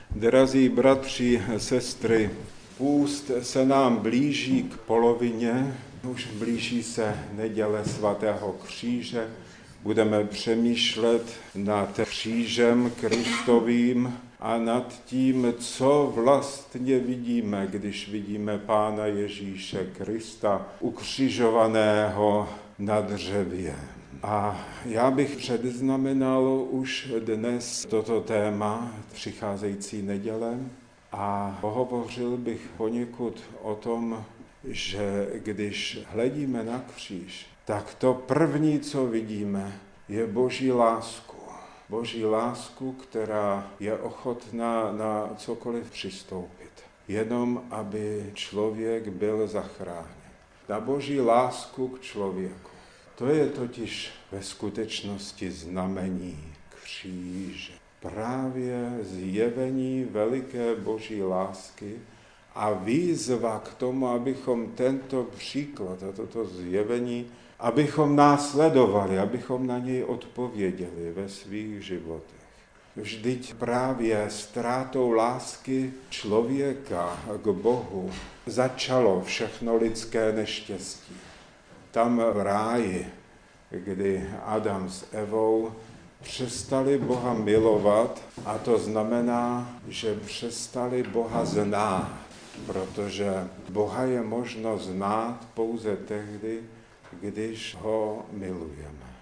Drazí bratři, sestry, půst se nám blíží k polovině, už blíží se neděle svatého kříže. Budeme přemýšlet nad křížem Kristovým a nad tím, co vlastně vidíme, když vidíme Pána Ježíše Krista ukřižovaného na dřevě. A já bych předznamenal už dnes toto téma přicházející neděle a pohovořil bych poněkud o tom, že když hledíme na kříž, tak to první, co vidíme, je Boží lásku. Boží lásku, která je ochotná na cokoliv přistoupit. Jenom, aby člověk byl zachráněn. Na Boží lásku k člověku. To je totiž ve skutečnosti znamení kříže. Právě zjevení veliké Boží lásky a výzva k tomu, abychom tento příklad a toto zjevení, abychom následovali, abychom na něj odpověděli ve svých životech. Vždyť právě ztrátou lásky člověka k Bohu začalo všechno lidské neštěstí. Tam v ráji, kdy Adam s Evou přestali Boha milovat, a to znamená, že přestali Boha znát, protože Boha je možno znát pouze tehdy, když ho milujeme.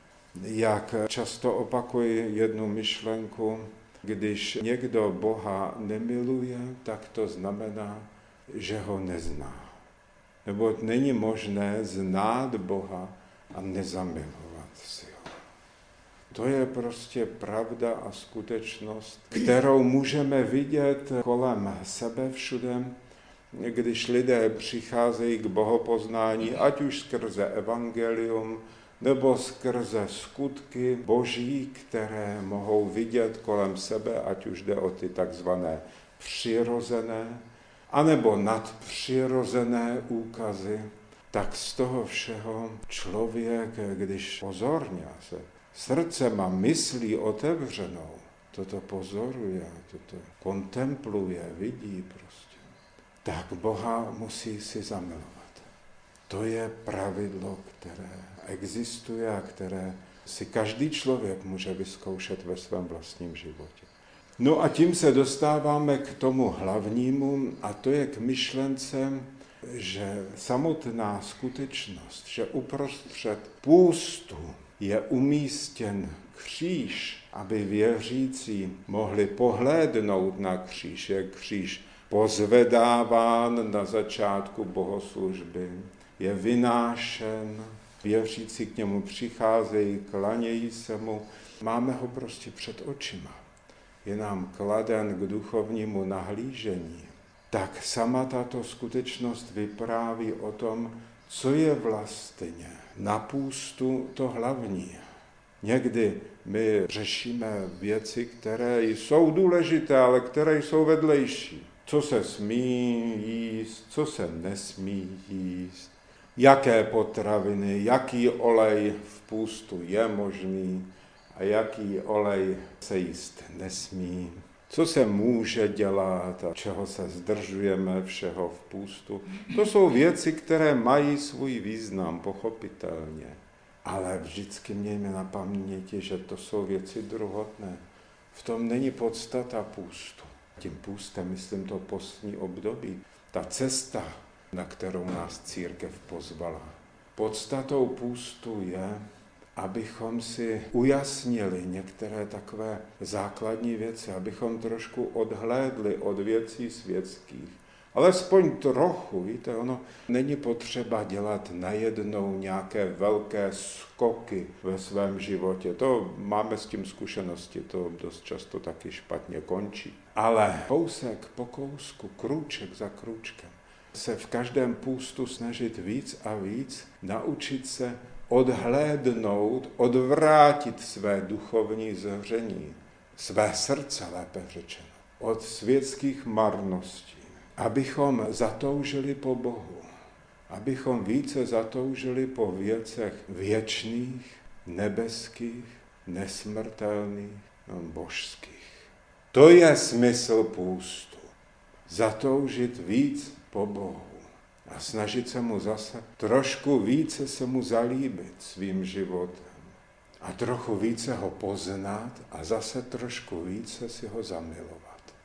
Jak často opakuji jednu myšlenku, když někdo Boha nemiluje, tak to znamená, že ho nezná. Neboť není možné znát Boha a nezamilovat si ho. To je prostě pravda a skutečnost, kterou můžeme vidět kolem sebe všude, když lidé přicházejí k bohopoznání, ať už skrze evangelium, nebo skrze skutky Boží, které mohou vidět kolem sebe, ať už jde o ty takzvané přirozené, anebo nadpřirozené úkazy, tak z toho všeho člověk, když pozorně se srdcem a myslí otevřenou, toto pozoruje, toto kontempluje, vidí prostě, tak Boha musí si zamilovat. To je pravidlo, které existuje a které si každý člověk může vyzkoušet ve svém vlastním životě. No a tím se dostáváme k tomu hlavnímu, a to je k myšlence, že samotná skutečnost, že uprostřed půstu je umístěn kříž, aby věřící mohli pohlédnout na kříž, je kříž pozvedáván na začátku bohoslužby, je vynášen, věřící k němu přicházejí, klanějí se mu, máme ho prostě před očima. Je nám kladen k duchovnímu nahlížení, tak sama tato skutečnost vypráví o tom, co je vlastně na půstu to hlavní. Někdy my řešíme věci, které jsou důležité, ale které jsou vedlejší. Co se smí jíst, co se nesmí jíst, jaké potraviny, jaký olej v půstu je možný a jaký olej se jíst nesmí. Co se může dělat a čeho se zdržujeme všeho v půstu. To jsou věci, které mají svůj význam, pochopitelně. Ale vždycky mějme na paměti, že to jsou věci druhotné. V tom není podstata půstu. Tím půstem myslím to postní období. Ta cesta, na kterou nás církev pozvala. Podstatou půstu je, abychom si ujasnili některé takové základní věci, abychom trošku odhlédli od věcí světských. Alespoň trochu, víte, ono není potřeba dělat najednou nějaké velké skoky ve svém životě. To máme s tím zkušenosti, to dost často taky špatně končí. Ale kousek po kousku, krůček za krůčkem, se v každém půstu snažit víc a víc, naučit se odhlédnout, odvrátit své duchovní zhření, své srdce, lépe řečeno, od světských marností, abychom zatoužili po Bohu, abychom více zatoužili po věcech věčných, nebeských, nesmrtelných, božských. To je smysl půstu. Zatoužit víc po Bohu a snažit se mu zase trošku více se mu zalíbit svým životem a trochu více ho poznat a zase trošku více si ho zamilovat.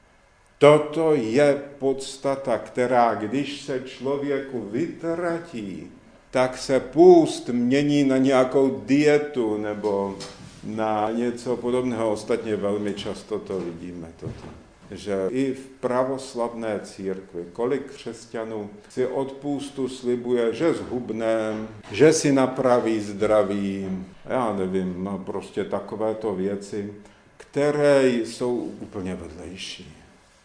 Toto je podstata, která, když se člověku vytratí, tak se půst mění na nějakou dietu nebo na něco podobného. Ostatně velmi často to vidíme, že i v pravoslavné církvi, kolik křesťanů si od půstu slibuje, že zhubne, že si napraví zdraví, já nevím, prostě takovéto věci, které jsou úplně vedlejší.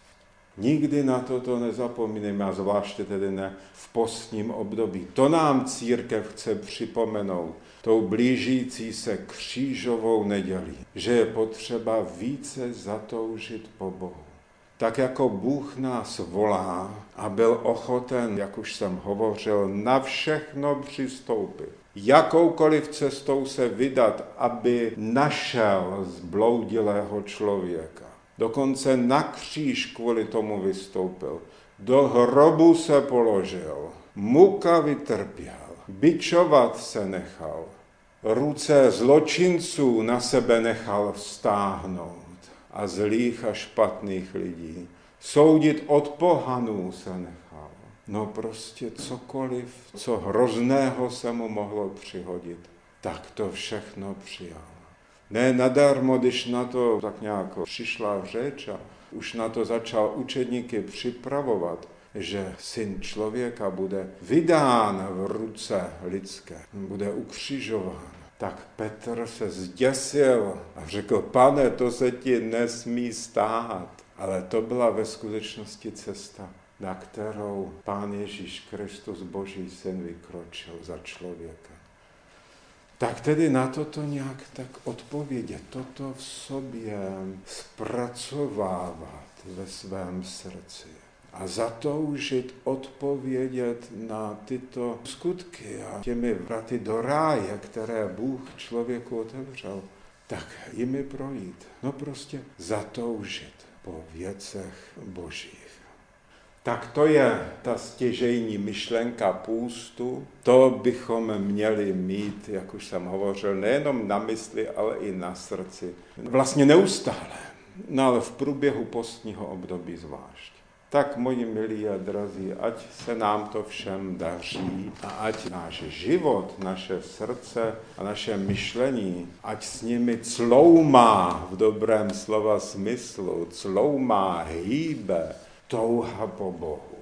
Nikdy na toto nezapomínáme, a zvláště tedy ne v postním období. To nám církev chce připomenout, tou blížící se křížovou nedělí, že je potřeba více zatoužit po Bohu. Tak jako Bůh nás volá a byl ochoten, jak už jsem hovořil, na všechno přistoupit. Jakoukoliv cestou se vydat, aby našel zbloudilého člověka. Dokonce na kříž kvůli tomu vystoupil. Do hrobu se položil, muka vytrpěl, bičovat se nechal, ruce zločinců na sebe nechal vztáhnout a zlých a špatných lidí. Soudit od pohanů se nechal. No prostě cokoliv, co hrozného se mu mohlo přihodit, tak to všechno přijal. Ne nadarmo, když na to tak nějak přišla řeč a už na to začal učedníky připravovat, že syn člověka bude vydán v ruce lidské, bude ukřižován. Tak Petr se zděsil a řekl, Pane, to se ti nesmí stát. Ale to byla ve skutečnosti cesta, na kterou Pán Ježíš Kristus, Boží syn, vykročil za člověka. Tak tedy na toto nějak tak odpovědět, toto v sobě zpracovávat ve svém srdci a zatoužit odpovědět na tyto skutky a těmi vraty do ráje, které Bůh člověku otevřel, tak jimi projít. No prostě zatoužit po věcech Božích. Tak to je ta stěžejní myšlenka půstu. To bychom měli mít, jak už jsem hovořil, nejenom na mysli, ale i na srdci. Vlastně neustále, no ale v průběhu postního období zvlášť. Tak, moji milí a drazí, ať se nám to všem daří a ať náš život, naše srdce a naše myšlení, ať s nimi cloumá v dobrém slova smyslu, cloumá, hýbe touha po Bohu.